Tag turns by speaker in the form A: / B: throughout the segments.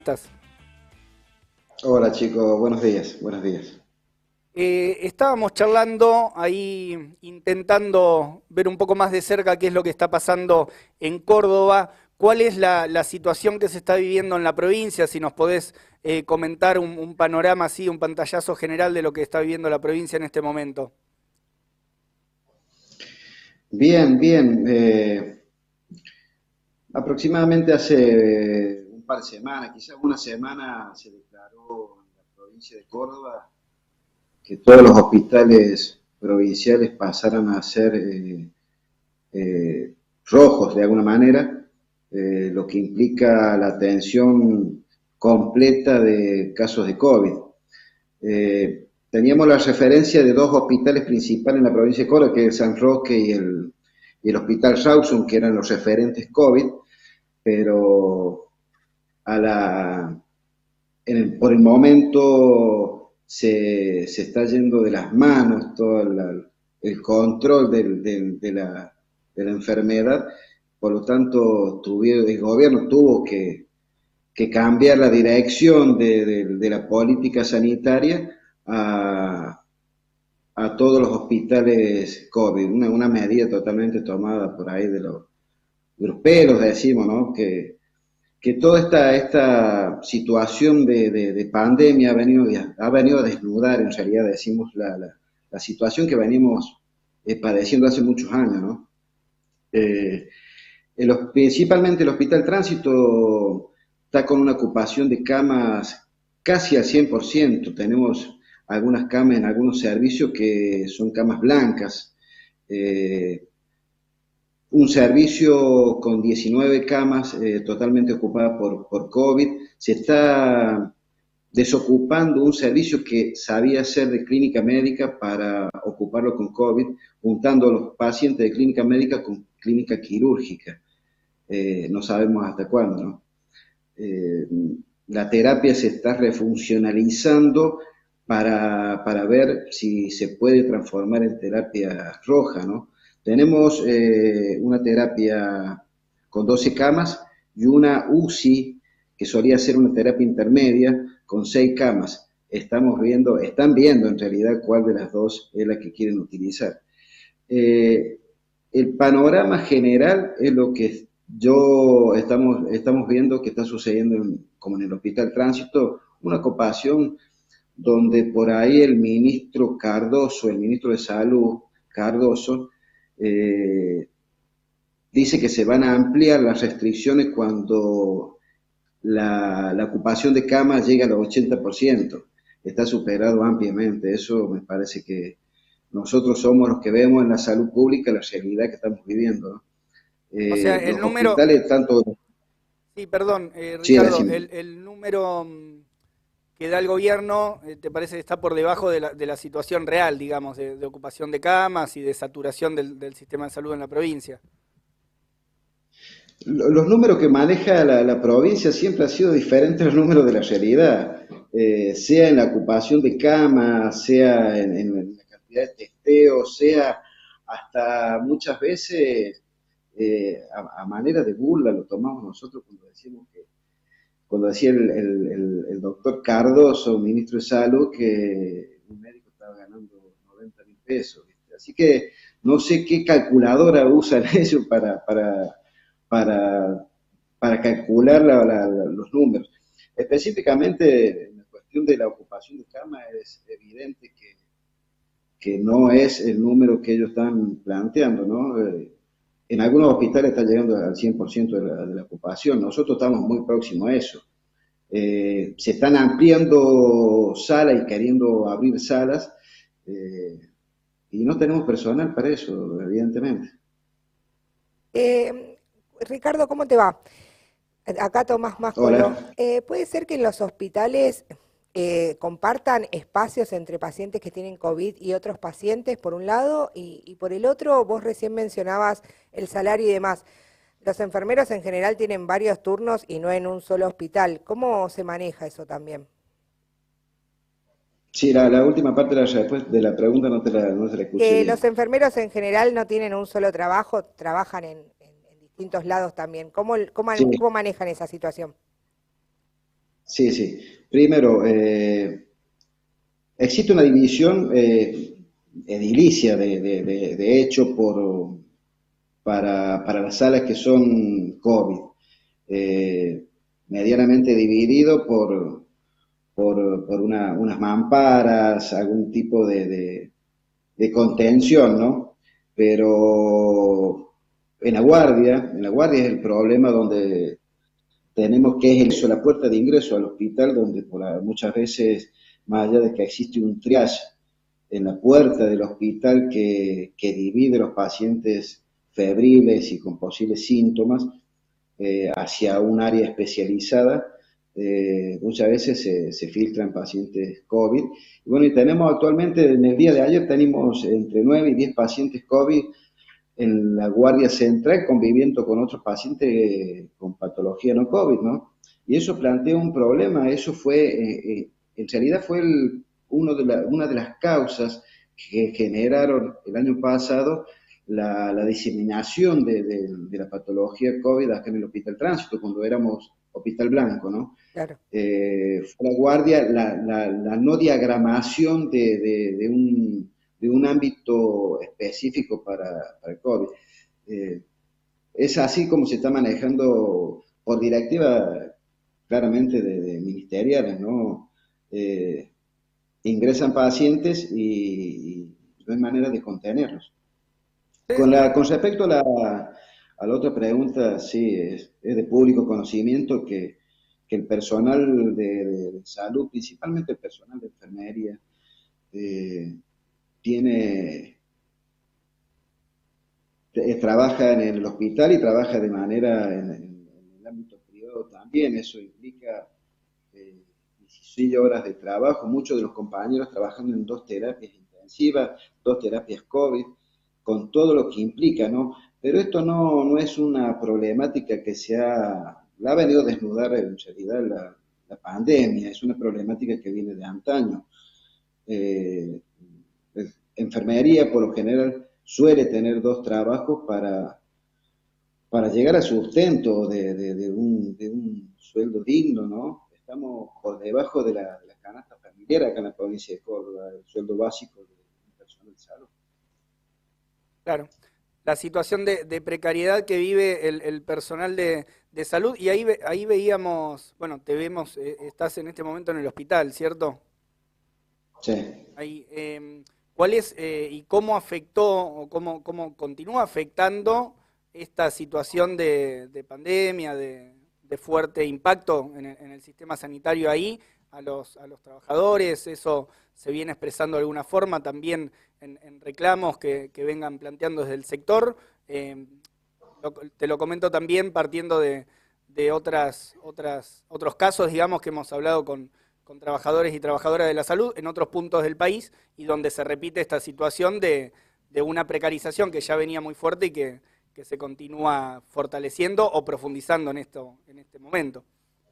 A: Estás.
B: Hola chicos, buenos días, buenos días.
A: Estábamos charlando ahí, intentando ver un poco más de cerca qué es lo que está pasando en Córdoba, cuál es la situación que se está viviendo en la provincia, si nos podés comentar un panorama así, un pantallazo general de lo que está viviendo la provincia en este momento.
B: Bien, bien. Aproximadamente hace un par de semanas, quizás una semana, se declaró en la provincia de Córdoba que todos los hospitales provinciales pasaran a ser rojos de alguna manera, lo que implica la atención completa de casos de COVID. Teníamos la referencia de dos hospitales principales en la provincia de Córdoba, que es el San Roque y el Hospital Rawson, que eran los referentes COVID, pero a la, por el momento se está yendo de las manos todo el control de la enfermedad, por lo tanto el gobierno tuvo que cambiar la dirección de la política sanitaria a, a todos los hospitales COVID, una medida totalmente tomada por ahí de los pelos, decimos, ¿no? Que toda esta situación de pandemia ha venido a desnudar, en realidad, decimos, la situación que venimos padeciendo hace muchos años, ¿no? Eh, Principalmente el Hospital Tránsito está con una ocupación de camas casi al 100%. Tenemos algunas camas en algunos servicios que son camas blancas. Eh, un servicio con 19 camas totalmente ocupadas por COVID. Se está desocupando un servicio que sabía ser de clínica médica para ocuparlo con COVID, juntando a los pacientes de clínica médica con clínica quirúrgica. No sabemos hasta cuándo, ¿no? Eh, la terapia se está refuncionalizando para ver si se puede transformar en terapia roja, ¿no? Tenemos una terapia con 12 camas y una UCI que solía ser una terapia intermedia con 6 camas. Están viendo en realidad cuál de las dos es la que quieren utilizar. Eh, el panorama general es lo que estamos viendo que está sucediendo como en el Hospital Tránsito, una ocupación donde por ahí el ministro Cardoso, el ministro de Salud Cardoso, eh, dice que se van a ampliar las restricciones cuando la ocupación de camas llega al 80%. Está superado ampliamente. Eso me parece que nosotros somos los que vemos en la salud pública la realidad que estamos viviendo, ¿no?
A: O sea, el
B: Los
A: número,
B: hospitales, tanto...
A: sí, perdón,
B: Sí,
A: Ricardo,
B: decime.
A: el número que da el gobierno, ¿te parece que está por debajo de la situación real, digamos, de ocupación de camas y de saturación del sistema de salud en la provincia?
B: Los números que maneja la provincia siempre han sido diferentes a los números de la realidad, sea en la ocupación de camas, sea en la cantidad de testeos, sea hasta muchas veces a manera de burla lo tomamos nosotros cuando decimos que, cuando decía el doctor Cardoso, ministro de Salud, que un médico estaba ganando 90.000 pesos, ¿viste? Así que no sé qué calculadora usan ellos para, para calcular los números. Específicamente en la cuestión de la ocupación de cama es evidente que no es el número que ellos están planteando, ¿no? En algunos hospitales está llegando al 100% de la ocupación, nosotros estamos muy próximos a eso. Se están ampliando salas y queriendo abrir salas eh, y no tenemos personal para eso, evidentemente.
C: Eh, Ricardo, ¿cómo te va? Acá Tomás Máscolo.
B: Hola.
C: ¿Puede ser que en los hospitales compartan espacios entre pacientes que tienen COVID y otros pacientes, por un lado, y por el otro, vos recién mencionabas el salario y demás? Los enfermeros en general tienen varios turnos y no en un solo hospital. ¿Cómo se maneja eso también?
B: Sí, la última parte de la pregunta no te la escuché
C: Que
B: bien.
C: los enfermeros en general no tienen un solo trabajo, trabajan en distintos lados también. ¿Cómo
B: Sí,
C: cómo manejan esa situación?
B: Sí, sí. Primero, existe una división edilicia de hecho para las salas que son COVID, eh, medianamente dividido por unas mamparas, algún tipo de contención, ¿no? Pero en la guardia es el problema donde tenemos que es la puerta de ingreso al hospital, donde muchas veces, más allá de que existe un triage en la puerta del hospital que divide los pacientes febriles y con posibles síntomas hacia un área especializada, muchas veces se filtran pacientes COVID. Y bueno, y tenemos actualmente, en el día de ayer, tenemos entre 9 y 10 pacientes COVID en la guardia central conviviendo con otros pacientes con patología no COVID, ¿no? Y eso plantea un problema, eso fue, en realidad fue una de las causas que generaron el año pasado la diseminación de la patología COVID acá en el Hospital Tránsito, cuando éramos Hospital Blanco, ¿no?
C: Claro.
B: Fue la guardia, la no diagramación de un ámbito específico para el COVID. Eh, es así como se está manejando por directiva claramente de ministeriales, ¿no? Eh, ingresan pacientes y no hay manera de contenerlos. Con respecto a la otra pregunta, sí, es de público conocimiento que el personal de salud, principalmente el personal de enfermería, eh, tiene, trabaja en el hospital y trabaja de manera en el ámbito privado también. Eso implica 16 horas de trabajo, muchos de los compañeros trabajando en 2 terapias intensivas, 2 terapias COVID, con todo lo que implica, ¿no? Pero esto no es una problemática la ha venido a desnudar en realidad la pandemia, es una problemática que viene de antaño. Eh, Enfermería por lo general suele tener 2 trabajos para llegar al sustento de un sueldo digno, ¿no? Estamos por debajo de la canasta familiar acá en la provincia de Córdoba, el sueldo básico de un personal de salud.
A: Claro, la situación de precariedad que vive el personal de salud, y ahí veíamos, bueno, te vemos, estás en este momento en el hospital, ¿cierto?
B: Sí.
A: Ahí, ¿cuál es y cómo afectó o cómo continúa afectando esta situación de pandemia, de fuerte impacto en el sistema sanitario ahí a los trabajadores? ¿Eso se viene expresando de alguna forma también en reclamos que vengan planteando desde el sector? Te lo comento también partiendo de otros casos, digamos, que hemos hablado con trabajadores y trabajadoras de la salud en otros puntos del país y donde se repite esta situación de una precarización que ya venía muy fuerte y que se continúa fortaleciendo o profundizando en este momento.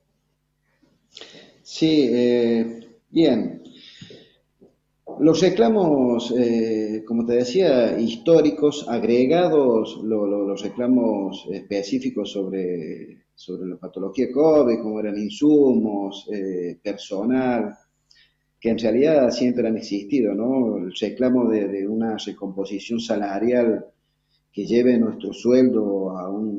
B: Sí, bien. Los reclamos, como te decía, históricos, agregados, los reclamos específicos sobre la patología COVID, como eran insumos, personal, que en realidad siempre han existido, ¿no? El reclamo de una recomposición salarial que lleve nuestro sueldo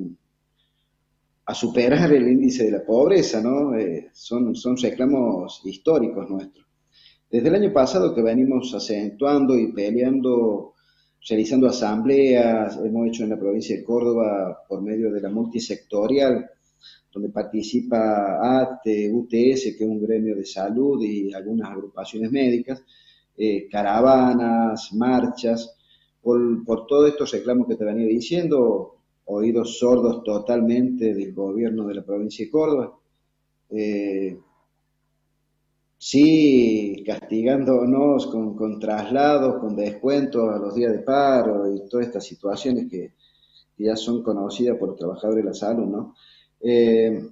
B: a superar el índice de la pobreza, ¿no? Son reclamos históricos nuestros. Desde el año pasado que venimos acentuando y peleando, realizando asambleas, hemos hecho en la provincia de Córdoba por medio de la multisectorial, donde participa ATE, UTS, que es un gremio de salud y algunas agrupaciones médicas, caravanas, marchas, por todos estos reclamos que te venía diciendo, oídos sordos totalmente del gobierno de la provincia de Córdoba. Eh, Sí, castigándonos con traslados, con descuentos a los días de paro y todas estas situaciones que ya son conocidas por los trabajadores de la salud, ¿no? Eh,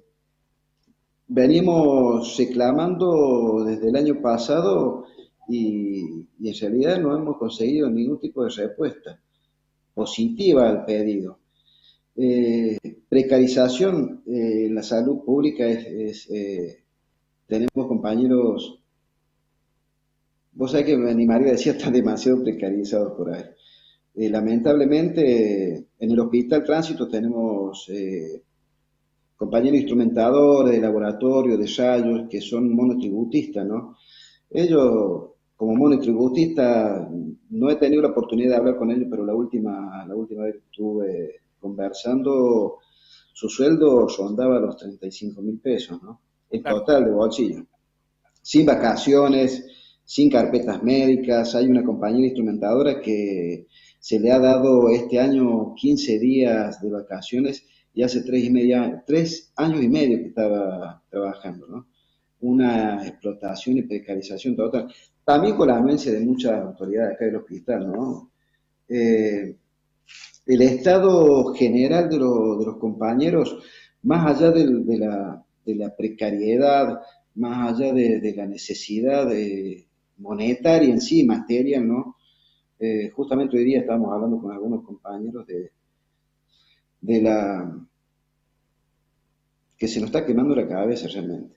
B: Venimos reclamando desde el año pasado y en realidad no hemos conseguido ningún tipo de respuesta positiva al pedido. Eh, Precarización en la salud pública es tenemos compañeros, vos sabés que me animaría a decir están demasiado precarizados por ahí. Lamentablemente, en el Hospital Tránsito tenemos compañeros instrumentadores de laboratorio, de rayos, que son monotributistas, ¿no? Ellos, como monotributistas, no he tenido la oportunidad de hablar con ellos, pero la última vez que estuve conversando, su sueldo rondaba los 35.000 pesos, ¿no? En
A: Claro.
B: total de bolsillo. Sin vacaciones, sin carpetas médicas. Hay una compañera instrumentadora que se le ha dado este año 15 días de vacaciones y hace 3 años y medio que estaba trabajando, ¿no? Una explotación y precarización total. También con la anuencia de muchas autoridades acá del hospital, ¿no? Eh, el estado general de los compañeros, más allá de la precariedad, más allá de la necesidad monetaria en sí, material, ¿no? Justamente hoy día estábamos hablando con algunos compañeros de la que se nos está quemando la cabeza realmente.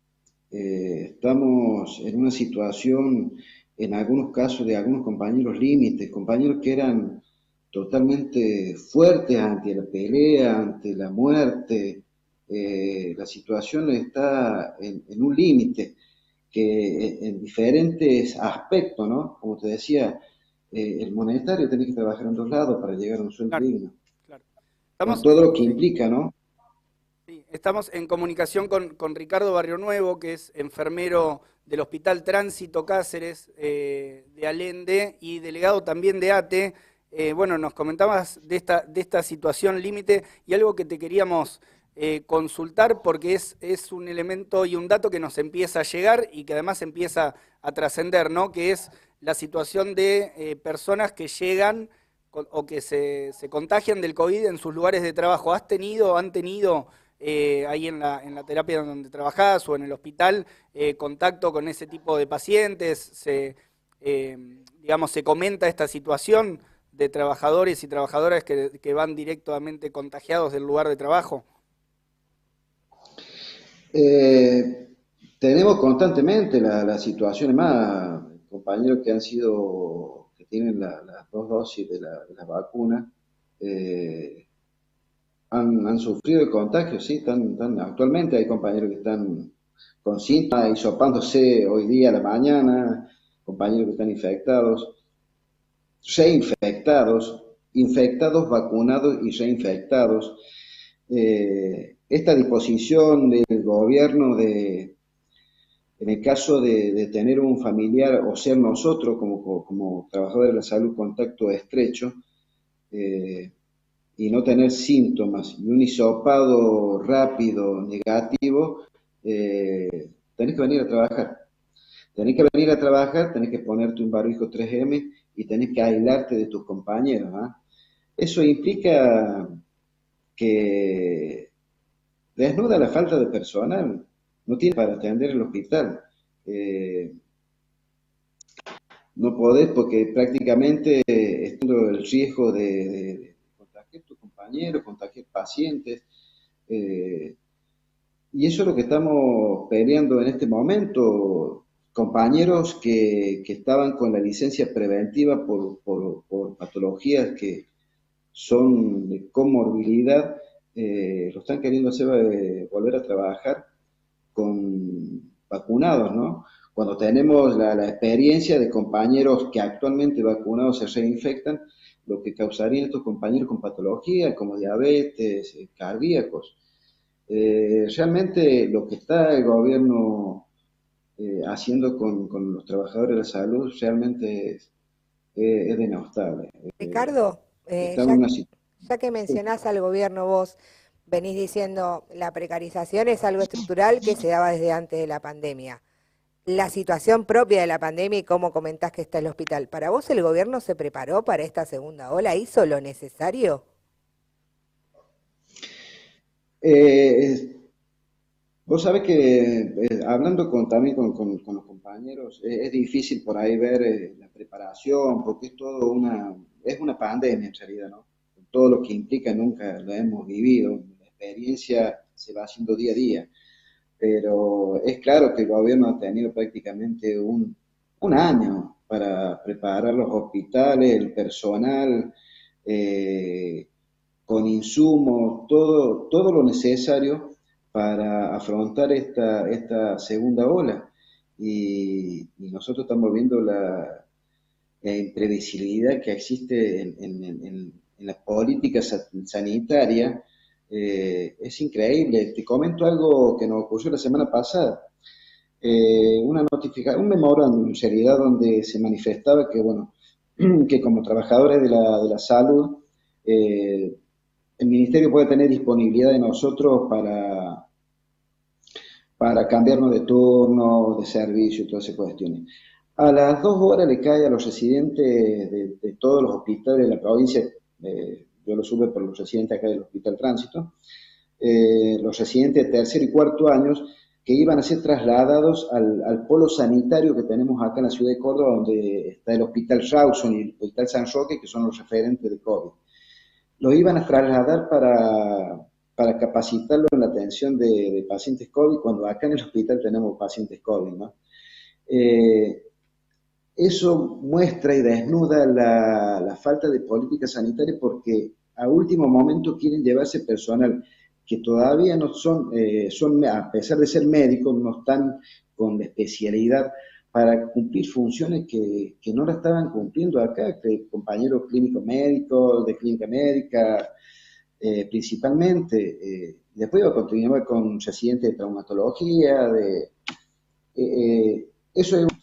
B: Estamos en una situación, en algunos casos, de algunos compañeros límites, compañeros que eran totalmente fuertes ante la pelea, ante la muerte. La situación está en un límite que en diferentes aspectos, ¿no? Como te decía, el monetario tiene que trabajar en dos lados para llegar a un sueldo
A: Claro,
B: digno,
A: claro.
B: con
A: Estamos,
B: todo lo que
A: sí,
B: implica, ¿no?
A: sí, estamos en comunicación con Ricardo Barrio Nuevo, que es enfermero del Hospital Tránsito Cáceres de Allende y delegado también de ATE. Bueno, nos comentabas de esta situación límite y algo que te queríamos consultar porque es un elemento y un dato que nos empieza a llegar y que además empieza a trascender, ¿no? Que es la situación de personas que llegan o que se contagian del COVID en sus lugares de trabajo. Han tenido ahí en la terapia donde trabajás o en el hospital contacto con ese tipo de pacientes? Digamos, se comenta esta situación de trabajadores y trabajadoras que van directamente contagiados del lugar de trabajo.
B: Eh, Tenemos constantemente las situaciones más, compañeros que tienen las dos dosis de la vacuna, eh, han sufrido el contagio, sí, actualmente hay compañeros que están con síntomas, hisopándose hoy día a la mañana, compañeros que están infectados, reinfectados, infectados, vacunados y reinfectados. Esta disposición del gobierno en el caso de tener un familiar o ser nosotros como trabajadores de la salud contacto estrecho, eh, y no tener síntomas y un hisopado rápido negativo, tenés que venir a trabajar. Tenés que venir a trabajar, tenés que ponerte un barbijo 3M y tenés que aislarte de tus compañeros, ¿ah? Eso implica que desnuda la falta de personal, no tiene para atender el hospital. Eh, no podés porque prácticamente estando el riesgo de contagiar a tus compañeros, contagiar pacientes, eh, y eso es lo que estamos peleando en este momento. Compañeros que estaban con la licencia preventiva por patologías que son de comorbilidad, lo están queriendo hacer volver a trabajar con vacunados, ¿no? Cuando tenemos la experiencia de compañeros que actualmente vacunados se reinfectan, lo que causarían estos compañeros con patología como diabetes, cardíacos. Realmente lo que está el gobierno haciendo con los trabajadores de la salud realmente es denostable.
C: Ricardo,
B: Estamos en una situación.
C: ya que mencionás al gobierno vos, venís diciendo la precarización es algo estructural que se daba desde antes de la pandemia. La situación propia de la pandemia y cómo comentás que está el hospital. ¿Para vos el gobierno se preparó para esta segunda ola? ¿Hizo lo necesario?
B: Eh, Vos sabés que hablando también con los compañeros, es difícil por ahí ver la preparación, porque es una pandemia en realidad, ¿no? Todo lo que implica nunca lo hemos vivido, la experiencia se va haciendo día a día. pero es claro que el gobierno ha tenido prácticamente un año para preparar los hospitales, el personal, con insumos, todo lo necesario para afrontar esta segunda ola. Y nosotros estamos viendo la imprevisibilidad que existe en la política sanitaria. Es increíble. Te comento algo que nos ocurrió la semana pasada. Un memorándum en seriedad donde se manifestaba que, bueno, que como trabajadores de la salud, el ministerio puede tener disponibilidad de nosotros para cambiarnos de turno, de servicio y todas esas cuestiones. A las 2 horas le cae a los residentes de todos los hospitales de la provincia, yo lo supe por los residentes acá del Hospital Tránsito, los residentes de tercer y cuarto años que iban a ser trasladados al polo sanitario que tenemos acá en la ciudad de Córdoba, donde está el Hospital Rawson y el Hospital San Roque, que son los referentes de COVID. Los iban a trasladar para capacitarlos en la atención de pacientes COVID, cuando acá en el hospital tenemos pacientes COVID, ¿no? Eso muestra y desnuda la falta de política sanitaria, porque a último momento quieren llevarse personal que todavía no son, a pesar de ser médicos, no están con la especialidad para cumplir funciones que no la estaban cumpliendo acá, que compañeros clínicos médicos, de clínica médica, principalmente. Después iba a continuar con residentes de traumatología, eso es,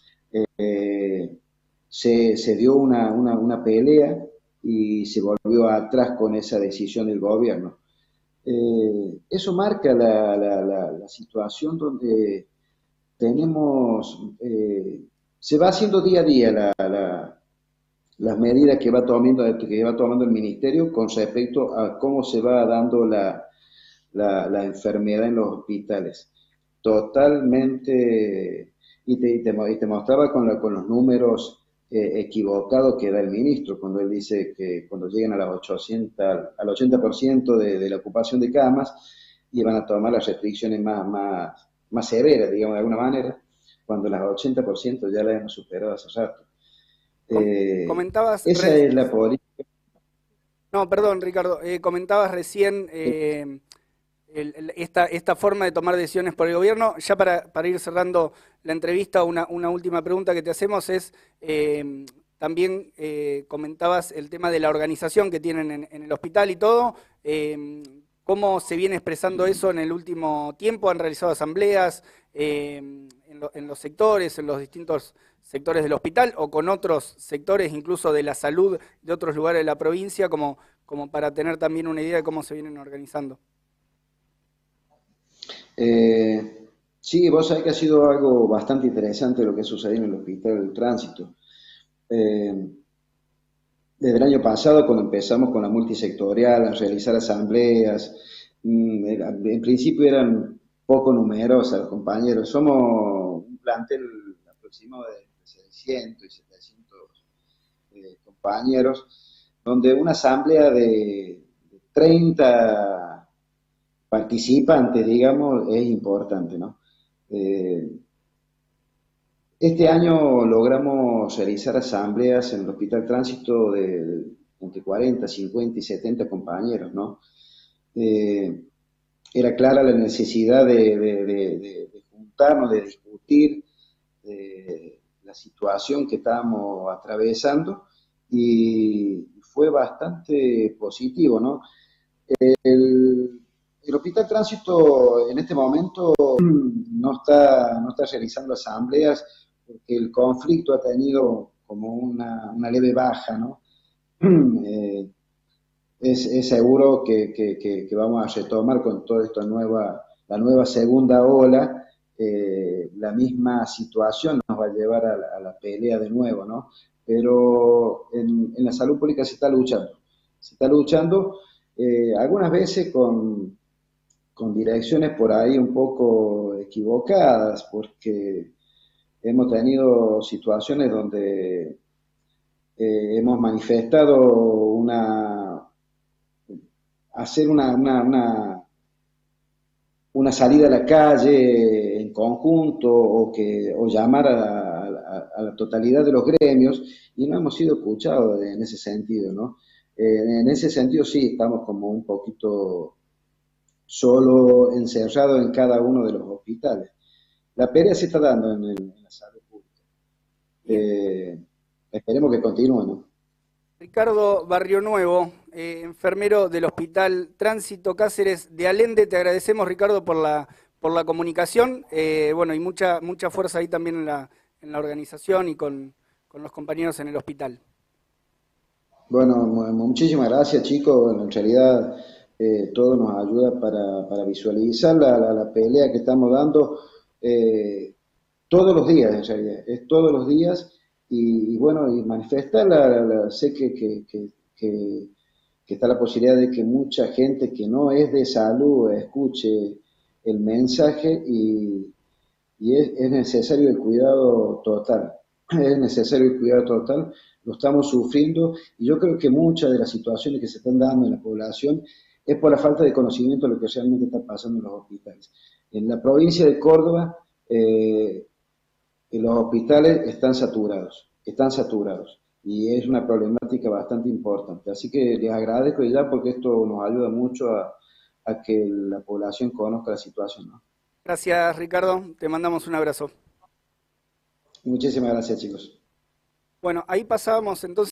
B: se dio una pelea y se volvió atrás con esa decisión del gobierno. Eso marca la situación donde tenemos, se va haciendo día a día las medidas que va tomando el ministerio con respecto a cómo se va dando la enfermedad en los hospitales. Totalmente, y te mostraba con los números equivocados que da el ministro, cuando él dice que cuando lleguen al 80% de la ocupación de camas, iban a tomar las restricciones más severas, digamos, de alguna manera, cuando las 80% ya las hemos superado hace rato.
A: Comentabas
B: Esa es la política.
A: No, perdón, Ricardo. Comentabas recién esta forma de tomar decisiones por el gobierno. Ya para ir cerrando la entrevista, una última pregunta que te hacemos es, también comentabas el tema de la organización que tienen en el hospital y todo. ¿Cómo se viene expresando eso en el último tiempo? ¿Han realizado asambleas en los sectores, en los distintos sectores del hospital o con otros sectores, incluso de la salud de otros lugares de la provincia, como para tener también una idea de cómo se vienen organizando?
B: Sí, vos sabés que ha sido algo bastante interesante lo que ha sucedido en el Hospital del Tránsito. Desde el año pasado, cuando empezamos con la multisectorial, a realizar asambleas, en principio eran poco numerosas los compañeros. Somos un plantel aproximado de 600 y 700 compañeros, donde una asamblea de 30 participantes, digamos, es importante, ¿no? Este año logramos realizar asambleas en el Hospital Tránsito de entre 40, 50 y 70 compañeros, ¿no? Era clara la necesidad de juntarnos, de discutir la situación que estábamos atravesando, y fue bastante positivo, ¿no? El Hospital Tránsito en este momento no está realizando asambleas porque el conflicto ha tenido como una leve baja, ¿no? Es seguro que vamos a retomar con toda esta la nueva segunda ola. La misma situación nos va a llevar a la pelea de nuevo, ¿no? Pero en la salud pública se está luchando, algunas veces con direcciones por ahí un poco equivocadas, porque hemos tenido situaciones donde hemos manifestado hacer una salida a la calle en conjunto o llamar a la totalidad de los gremios y no hemos sido escuchados en ese sentido, ¿no? En ese sentido sí estamos como un poquito solo encerrados en cada uno de los hospitales. La pelea se está dando en la salud pública. Esperemos que continúe, ¿no?
A: Ricardo Barrio Nuevo, enfermero del Hospital Tránsito Cáceres de Allende, te agradecemos, Ricardo, por la comunicación, bueno, y mucha fuerza ahí también en la organización y con los compañeros en el hospital.
B: Bueno, muchísimas gracias, chicos. Bueno, en realidad todo nos ayuda para visualizar la pelea que estamos dando todos los días, en realidad, es todos los días y bueno, y manifestar sé que está la posibilidad de que mucha gente que no es de salud escuche el mensaje y es necesario el cuidado total, es necesario el cuidado total, lo estamos sufriendo y yo creo que muchas de las situaciones que se están dando en la población es por la falta de conocimiento de lo que realmente está pasando en los hospitales. En la provincia de Córdoba, los hospitales están saturados y es una problemática bastante importante. Así que les agradezco ya porque esto nos ayuda mucho a que la población conozca la situación, ¿no?
A: Gracias, Ricardo, te mandamos un abrazo.
B: Muchísimas gracias, chicos.
A: Bueno, ahí pasábamos entonces